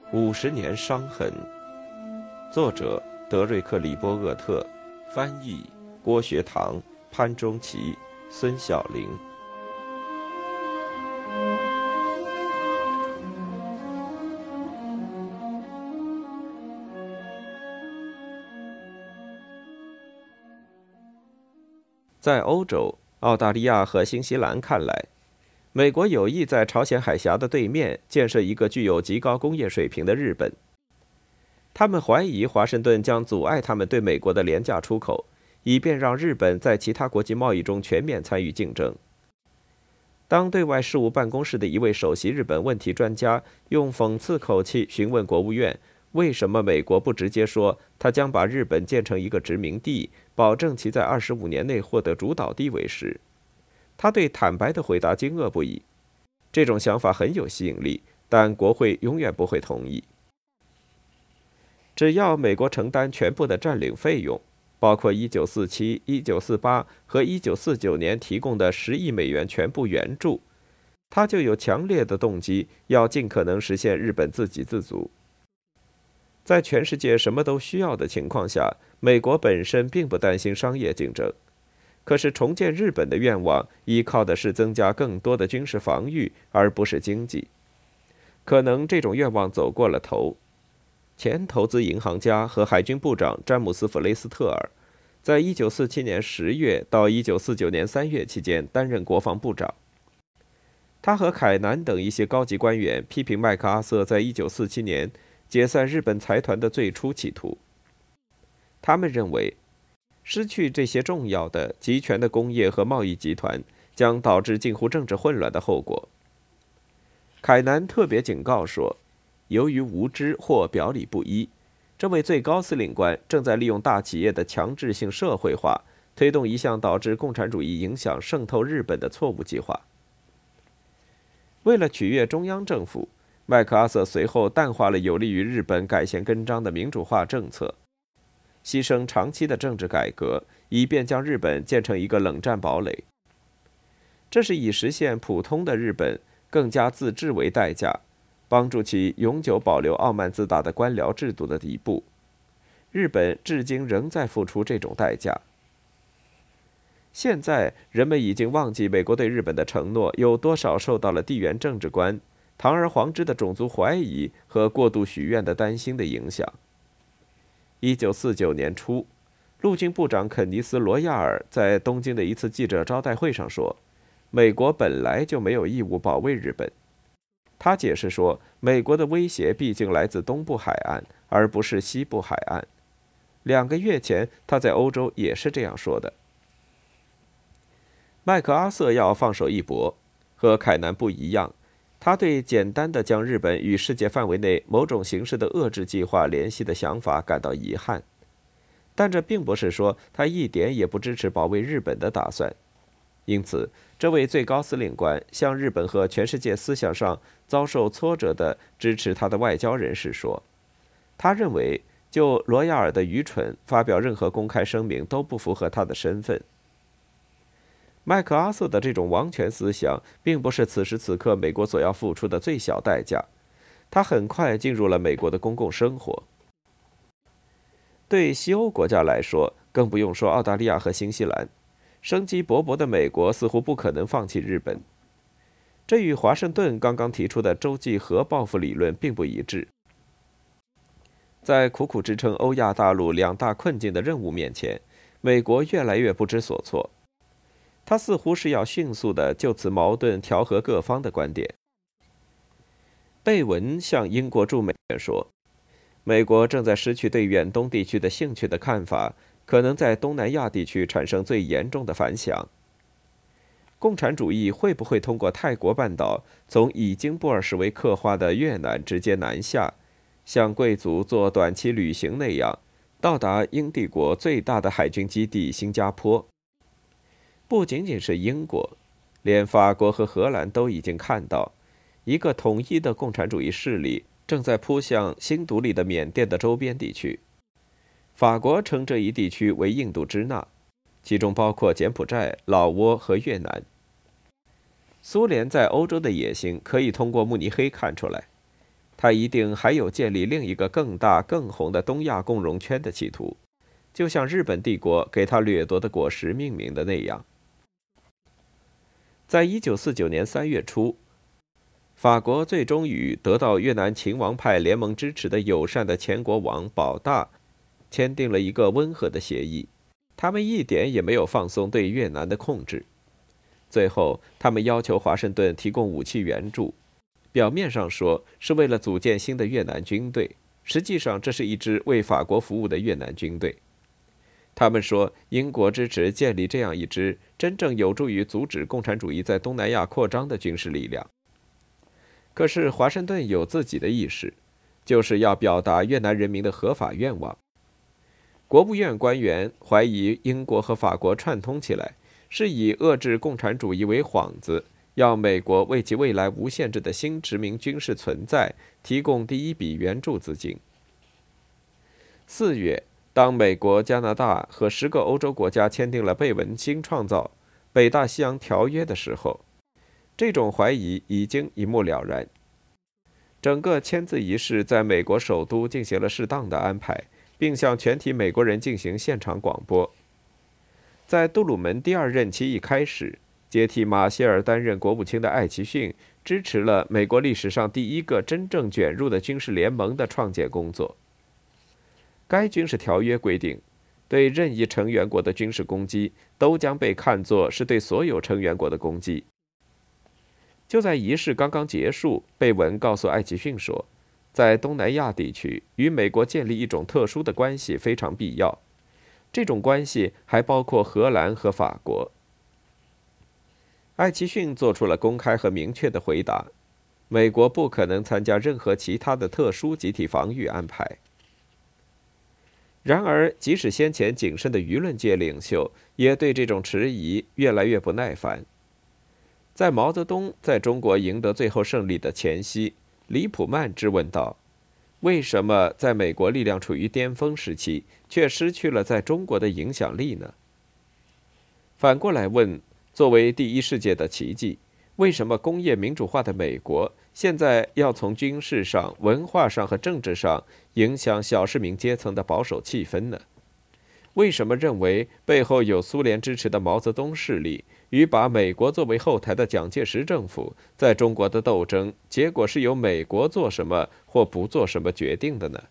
50年伤痕，作者德瑞克·里波厄特，翻译郭学堂、潘中奇、孙晓玲。在欧洲、澳大利亚和新西兰看来，美国有意在朝鲜海峡的对面建设一个具有极高工业水平的日本。他们怀疑华盛顿将阻碍他们对美国的廉价出口，以便让日本在其他国际贸易中全面参与竞争。当对外事务办公室的一位首席日本问题专家用讽刺口气询问国务院，为什么美国不直接说他将把日本建成一个殖民地，保证其在25年内获得主导地位时，他对坦白的回答惊愕不已。这种想法很有吸引力，但国会永远不会同意。只要美国承担全部的占领费用，包括1947、1948和1949年提供的10亿美元全部援助，他就有强烈的动机要尽可能实现日本自给自足。在全世界什么都需要的情况下，美国本身并不担心商业竞争。可是重建日本的愿望依靠的是增加更多的军事防御，而不是经济。可能这种愿望走过了头。前投资银行家和海军部长詹姆斯·弗雷斯特尔，在1947年10月到1949年3月期间担任国防部长。他和凯南等一些高级官员批评麦克阿瑟在1947年解散日本财团的最初企图。他们认为，失去这些重要的集权的工业和贸易集团将导致近乎政治混乱的后果。凯南特别警告说，由于无知或表里不一，这位最高司令官正在利用大企业的强制性社会化，推动一项导致共产主义影响渗透日本的错误计划。为了取悦中央政府，麦克阿瑟随后淡化了有利于日本改弦更张的民主化政策，牺牲长期的政治改革，以便将日本建成一个冷战堡垒。这是以实现普通的日本更加自治为代价，帮助其永久保留傲慢自大的官僚制度的一步。日本至今仍在付出这种代价。现在人们已经忘记美国对日本的承诺有多少受到了地缘政治观、堂而皇之的种族怀疑和过度许愿的担心的影响。1949年初，陆军部长肯尼斯·罗亚尔在东京的一次记者招待会上说，美国本来就没有义务保卫日本。他解释说，美国的威胁毕竟来自东部海岸，而不是西部海岸。2个月前，他在欧洲也是这样说的。麦克阿瑟要放手一搏，和凯南不一样，他对简单的将日本与世界范围内某种形式的遏制计划联系的想法感到遗憾。但这并不是说他一点也不支持保卫日本的打算。因此，这位最高司令官向日本和全世界思想上遭受挫折的支持他的外交人士说，他认为就罗亚尔的愚蠢发表任何公开声明都不符合他的身份。麦克阿瑟的这种王权思想并不是此时此刻美国所要付出的最小代价，他很快进入了美国的公共生活。对西欧国家来说，更不用说澳大利亚和新西兰，生机勃勃的美国似乎不可能放弃日本。这与华盛顿刚刚提出的洲际核报复理论并不一致。在苦苦支撑欧亚大陆2大困境的任务面前，美国越来越不知所措。他似乎是要迅速地就此矛盾调和各方的观点。贝文向英国驻美员说，美国正在失去对远东地区的兴趣的看法，可能在东南亚地区产生最严重的反响。共产主义会不会通过泰国半岛，从已经布尔什维克化的越南直接南下，像贵族做短期旅行那样，到达英帝国最大的海军基地新加坡？不仅仅是英国，连法国和荷兰都已经看到，一个统一的共产主义势力正在扑向新独立的缅甸的周边地区。法国称这一地区为印度支那，其中包括柬埔寨、老挝和越南。苏联在欧洲的野心可以通过慕尼黑看出来。 他一定还有建立另一个更大、更红的东亚共荣圈的企图，就像日本帝国给他掠夺的果实命名的那样。在1949年3月初，法国最终与得到越南勤王派联盟支持的友善的前国王保大签订了一个温和的协议，他们一点也没有放松对越南的控制。最后，他们要求华盛顿提供武器援助，表面上说是为了组建新的越南军队，实际上这是一支为法国服务的越南军队。他们说，英国支持建立这样一支真正有助于阻止共产主义在东南亚扩张的军事力量。可是华盛顿有自己的意识，就是要表达越南人民的合法愿望。国务院官员怀疑英国和法国串通起来，是以遏制共产主义为幌子，要美国为其未来无限制的新殖民军事存在提供第一笔援助资金。4月，当美国、加拿大和10个欧洲国家签订了贝文新创造北大西洋条约的时候，这种怀疑已经一目了然。整个签字仪式在美国首都进行了适当的安排，并向全体美国人进行现场广播。在杜鲁门第2任期一开始，接替马歇尔担任国务卿的艾奇逊支持了美国历史上第一个真正卷入的军事联盟的创建工作。该军事条约规定，对任意成员国的军事攻击都将被看作是对所有成员国的攻击。就在仪式刚刚结束，贝文告诉艾奇逊说，在东南亚地区与美国建立一种特殊的关系非常必要，这种关系还包括荷兰和法国。艾奇逊做出了公开和明确的回答：美国不可能参加任何其他的特殊集体防御安排。然而，即使先前谨慎的舆论界领袖也对这种迟疑越来越不耐烦。在毛泽东在中国赢得最后胜利的前夕，李普曼质问道：为什么在美国力量处于巅峰时期，却失去了在中国的影响力呢？反过来问，作为第一世界的奇迹，为什么工业民主化的美国现在要从军事上、文化上和政治上影响小市民阶层的保守气氛呢？为什么认为背后有苏联支持的毛泽东势力与把美国作为后台的蒋介石政府在中国的斗争，结果是由美国做什么或不做什么决定的呢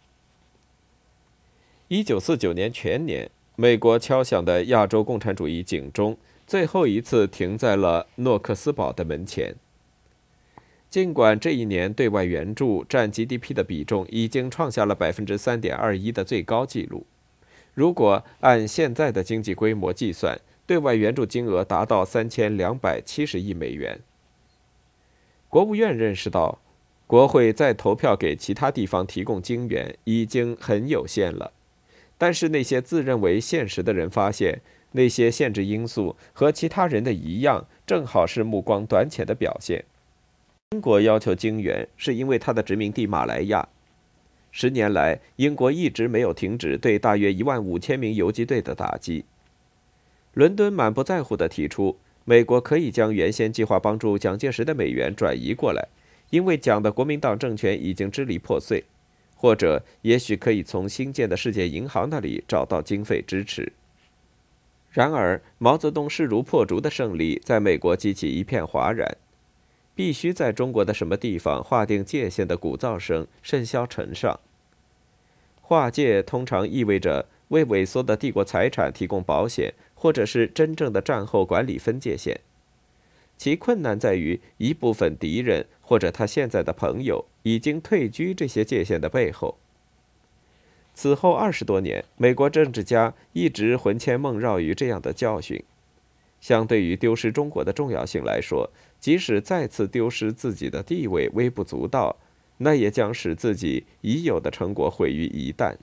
？1949年全年，美国敲响的亚洲共产主义警钟最后一次停在了诺克斯堡的门前。尽管这一年对外援助占 GDP 的比重已经创下了 3.21% 的最高纪录，如果按现在的经济规模计算，对外援助金额达到3270亿美元。国务院认识到，国会再投票给其他地方提供经援已经很有限了，但是那些自认为现实的人发现，那些限制因素和其他人的一样，正好是目光短浅的表现。英国要求经援，是因为它的殖民地马来亚。10年来，英国一直没有停止对大约15000名游击队的打击。伦敦满不在乎地提出，美国可以将原先计划帮助蒋介石的美元转移过来，因为蒋的国民党政权已经支离破碎，或者也许可以从新建的世界银行那里找到经费支持。然而，毛泽东势如破竹的胜利在美国激起一片哗然。必须在中国的什么地方划定界限的鼓噪声甚嚣尘上。划界通常意味着为萎缩的帝国财产提供保险，或者是真正的战后管理分界线。其困难在于，一部分敌人或者他现在的朋友已经退居这些界限的背后。此后20多年，美国政治家一直魂牵梦绕于这样的教训。相对于丢失中国的重要性来说，即使再次丢失自己的地位微不足道，那也将使自己已有的成果毁于一旦。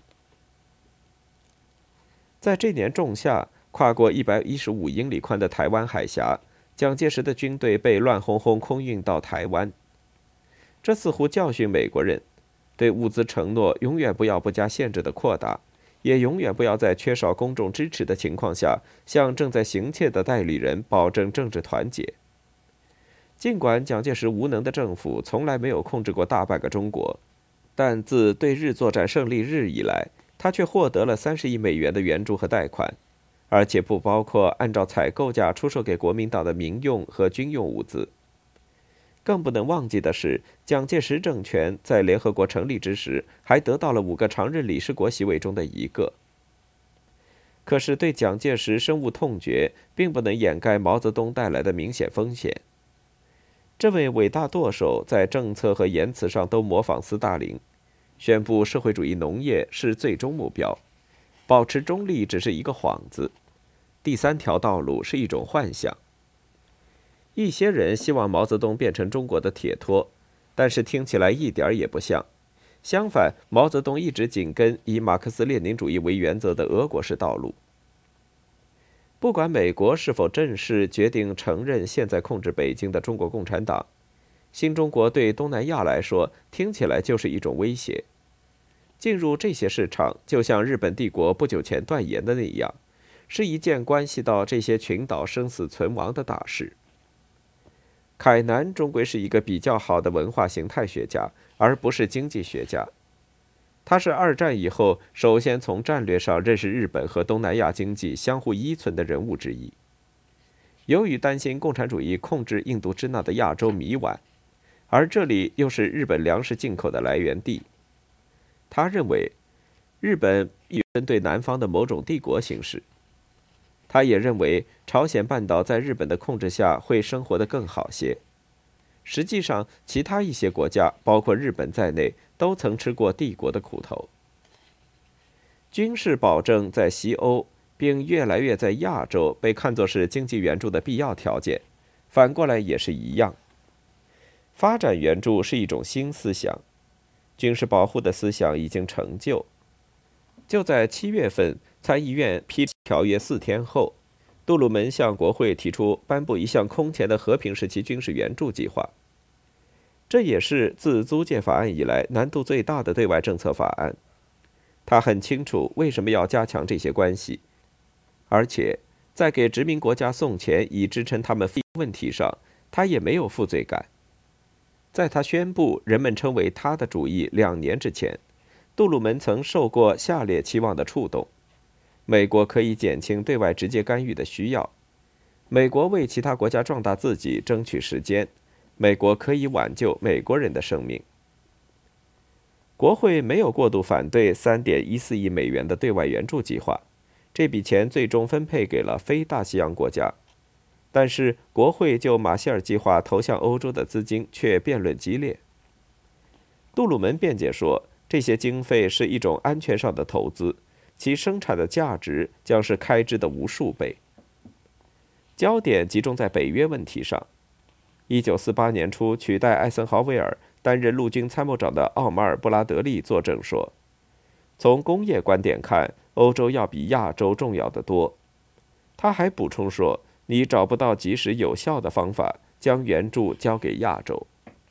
在这年仲夏，跨过115英里宽的台湾海峡，蒋介石的军队被乱哄哄空运到台湾。这似乎教训美国人，对物资承诺永远不要不加限制的扩大，也永远不要在缺少公众支持的情况下，向正在行窃的代理人保证政治团结。 尽管蒋介石无能的政府从来没有控制过大半个中国，但自对日作战胜利日以来，他却获得了30亿美元的援助和贷款，而且不包括按照采购价出售给国民党的民用和军用物资。更不能忘记的是，蒋介石政权在联合国成立之时，还得到了5个常任理事国席位中的1个。可是，对蒋介石深恶痛绝，并不能掩盖毛泽东带来的明显风险。这位伟大舵手在政策和言辞上都模仿斯大林，宣布社会主义农业是最终目标，保持中立只是一个幌子，第3条道路是一种幻想。一些人希望毛泽东变成中国的铁托，但是听起来一点也不像。相反，毛泽东一直紧跟以马克思列宁主义为原则的俄国式道路。不管美国是否正式决定承认现在控制北京的中国共产党，新中国对东南亚来说听起来就是一种威胁。进入这些市场，就像日本帝国不久前断言的那样，是一件关系到这些群岛生死存亡的大事。凯南终归是一个比较好的文化形态学家，而不是经济学家。他是2战以后首先从战略上认识日本和东南亚经济相互依存的人物之一。由于担心共产主义控制印度支那的亚洲米碗，而这里又是日本粮食进口的来源地，他认为日本必针对南方的某种帝国形式。他也认为朝鲜半岛在日本的控制下会生活得更好些。实际上，其他一些国家，包括日本在内，都曾吃过帝国的苦头。军事保证在西欧，并越来越在亚洲被看作是经济援助的必要条件，反过来也是一样。发展援助是一种新思想，军事保护的思想已经成就。就在7月份，参议院批条约4天后，杜鲁门向国会提出颁布一项空前的和平时期军事援助计划。这也是自租界法案以来难度最大的对外政策法案。他很清楚为什么要加强这些关系，而且在给殖民国家送钱以支撑他们问题上，他也没有负罪感。在他宣布人们称为他的主义2年之前，杜鲁门曾受过下列期望的触动：美国可以减轻对外直接干预的需要；美国为其他国家壮大自己争取时间；美国可以挽救美国人的生命。国会没有过度反对3.14亿美元的对外援助计划，这笔钱最终分配给了非大西洋国家。但是，国会就马歇尔计划投向欧洲的资金却辩论激烈。杜鲁门辩解说，这些经费是一种安全上的投资，其生产的价值将是开支的无数倍。焦点集中在北约问题上。1948年初取代艾森豪威尔担任陆军参谋长的奥马尔·布拉德利作证说，从工业观点看，欧洲要比亚洲重要得多。他还补充说，你找不到及时有效的方法将援助交给亚洲。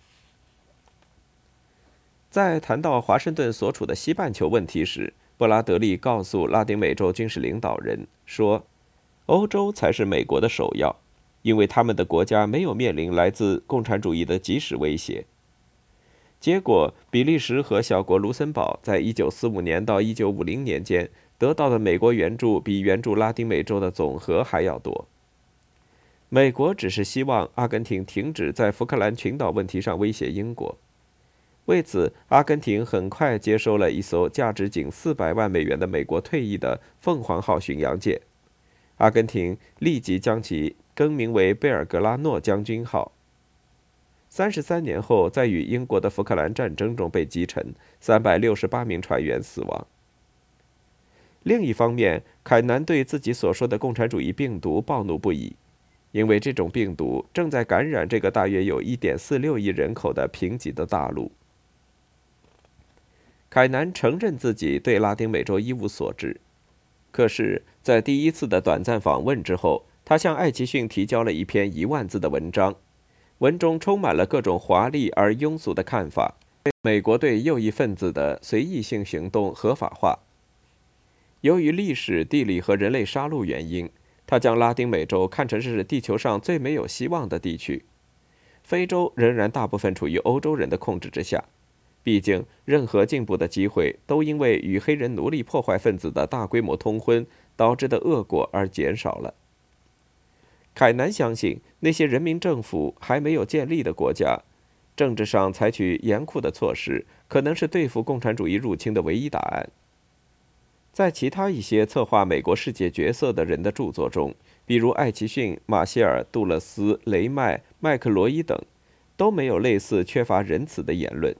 在谈到华盛顿所处的西半球问题时，布拉德利告诉拉丁美洲军事领导人说，欧洲才是美国的首要，因为他们的国家没有面临来自共产主义的即时威胁。结果，比利时和小国卢森堡在1945年到1950年间得到的美国援助比援助拉丁美洲的总和还要多。美国只是希望阿根廷停止在福克兰群岛问题上威胁英国。为此，阿根廷很快接收了一艘价值仅400万美元的美国退役的凤凰号巡洋舰，阿根廷立即将其更名为贝尔格拉诺将军号。33年后，在与英国的福克兰战争中被击沉，368名船员死亡。另一方面，凯南对自己所说的共产主义病毒暴怒不已，因为这种病毒正在感染这个大约有1.46亿人口的贫瘠的大陆。凯南承认自己对拉丁美洲一无所知，可是，在第一次的短暂访问之后，他向艾奇逊提交了一篇1万字的文章，文中充满了各种华丽而庸俗的看法，美国对右翼分子的随意性行动合法化。由于历史、地理和人类杀戮原因，他将拉丁美洲看成是地球上最没有希望的地区。 非洲仍然大部分处于欧洲人的控制之下。毕竟，任何进步的机会都因为与黑人奴隶破坏分子的大规模通婚导致的恶果而减少了。凯南相信，那些人民政府还没有建立的国家，政治上采取严酷的措施，可能是对付共产主义入侵的唯一答案。在其他一些策划美国世界角色的人的著作中，比如艾奇逊、马歇尔、杜勒斯、雷麦、麦克罗伊等，都没有类似缺乏仁慈的言论。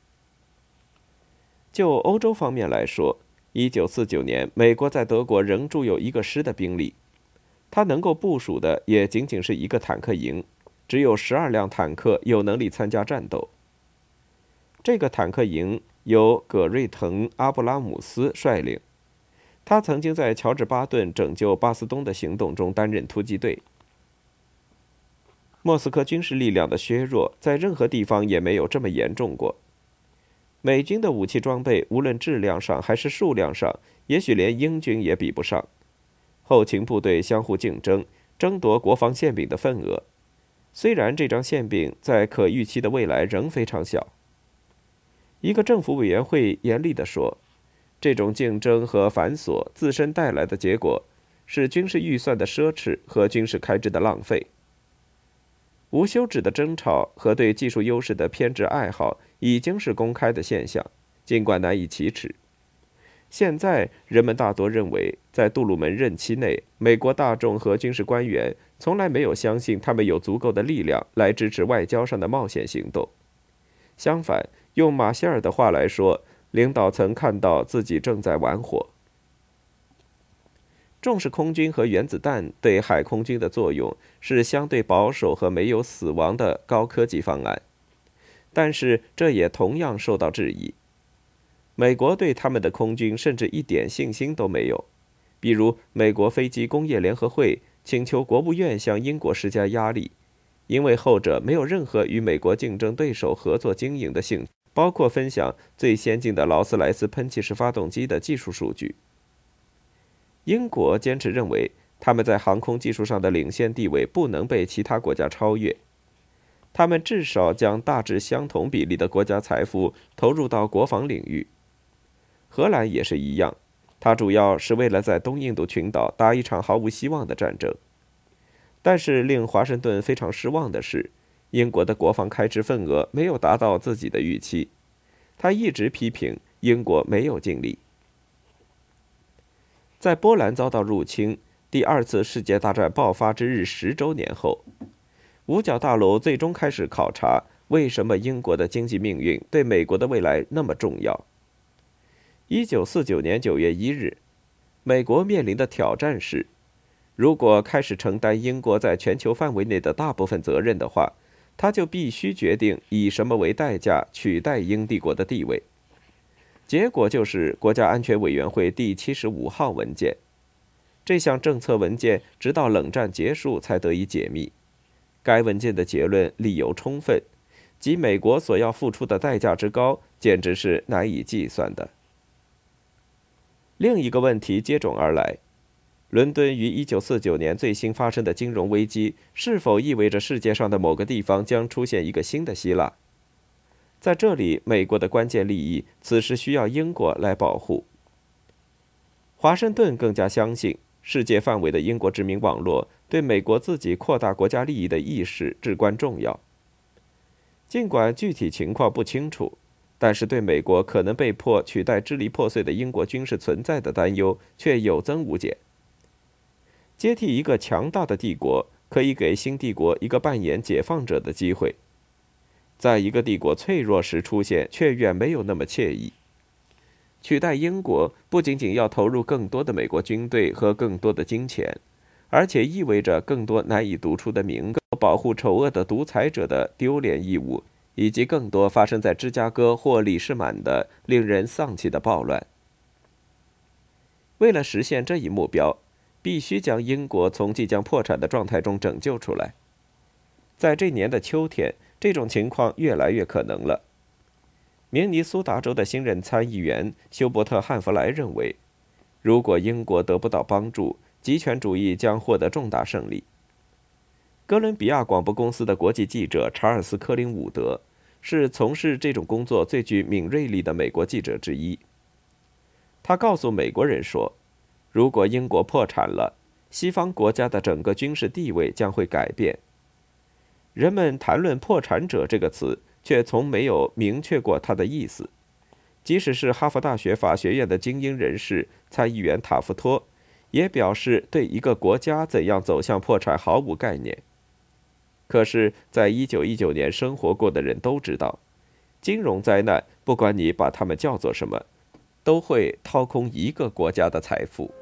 就欧洲方面来说，1949年，美国在德国仍驻有1个师的兵力，它能够部署的也仅仅是1个坦克营，只有12辆坦克有能力参加战斗。这个坦克营由葛瑞腾·阿布拉姆斯率领，他曾经在乔治巴顿拯救巴斯东的行动中担任突击队。莫斯科军事力量的削弱，在任何地方也没有这么严重过。美军的武器装备，无论质量上还是数量上，也许连英军也比不上。后勤部队相互竞争，争夺国防馅饼的份额。虽然这张馅饼在可预期的未来仍非常小。一个政府委员会严厉地说，这种竞争和繁琐自身带来的结果是军事预算的奢侈和军事开支的浪费。无休止的争吵和对技术优势的偏执爱好已经是公开的现象，尽管难以启齿。现在人们大多认为，在杜鲁门任期内，美国大众和军事官员从来没有相信他们有足够的力量来支持外交上的冒险行动。相反，用马歇尔的话来说，领导层看到自己正在玩火。重视空军和原子弹对海空军的作用是相对保守和没有死亡的高科技方案，但是这也同样受到质疑。美国对他们的空军甚至一点信心都没有，比如美国飞机工业联合会请求国务院向英国施加压力，因为后者没有任何与美国竞争对手合作经营的兴趣，包括分享最先进的劳斯莱斯喷气式发动机的技术数据。英国坚持认为，他们在航空技术上的领先地位不能被其他国家超越。他们至少将大致相同比例的国家财富投入到国防领域。荷兰也是一样，它主要是为了在东印度群岛打一场毫无希望的战争。但是令华盛顿非常失望的是，英国的国防开支份额没有达到自己的预期。他一直批评英国没有尽力。在波兰遭到入侵，第2次世界大战爆发之日10周年后，五角大楼最终开始考察为什么英国的经济命运对美国的未来那么重要。1949年9月1日，美国面临的挑战是，如果开始承担英国在全球范围内的大部分责任的话，他就必须决定以什么为代价取代英帝国的地位。结果就是国家安全委员会第75号文件。这项政策文件直到冷战结束才得以解密。该文件的结论理由充分，即美国所要付出的代价之高，简直是难以计算的。另一个问题接踵而来，伦敦于1949年最新发生的金融危机，是否意味着世界上的某个地方将出现一个新的希腊？在这里，美国的关键利益此时需要英国来保护。华盛顿更加相信，世界范围的英国殖民网络对美国自己扩大国家利益的意识至关重要。尽管具体情况不清楚，但是对美国可能被迫取代支离破碎的英国军事存在的担忧却有增无减。接替一个强大的帝国，可以给新帝国一个扮演解放者的机会。在一个帝国脆弱时出现，却远没有那么惬意。取代英国不仅仅要投入更多的美国军队和更多的金钱，而且意味着更多难以读出的名额、保护丑恶的独裁者的丢脸义务，以及更多发生在芝加哥或里士满的令人丧气的暴乱。为了实现这一目标，必须将英国从即将破产的状态中拯救出来。在这年的秋天，这种情况越来越可能了。明尼苏达州的新任参议员休伯特·汉弗莱认为，如果英国得不到帮助，极权主义将获得重大胜利。 哥伦比亚广播公司的国际记者查尔斯·科林伍德是从事这种工作最具敏锐力的美国记者之一。他告诉美国人说，如果英国破产了，西方国家的整个军事地位将会改变。人们谈论破产者这个词，却从没有明确过它的意思。即使是哈佛大学法学院的精英人士参议员塔夫托，也表示对一个国家怎样走向破产毫无概念。可是，在1919年生活过的人都知道，金融灾难，不管你把它们叫做什么，都会掏空一个国家的财富。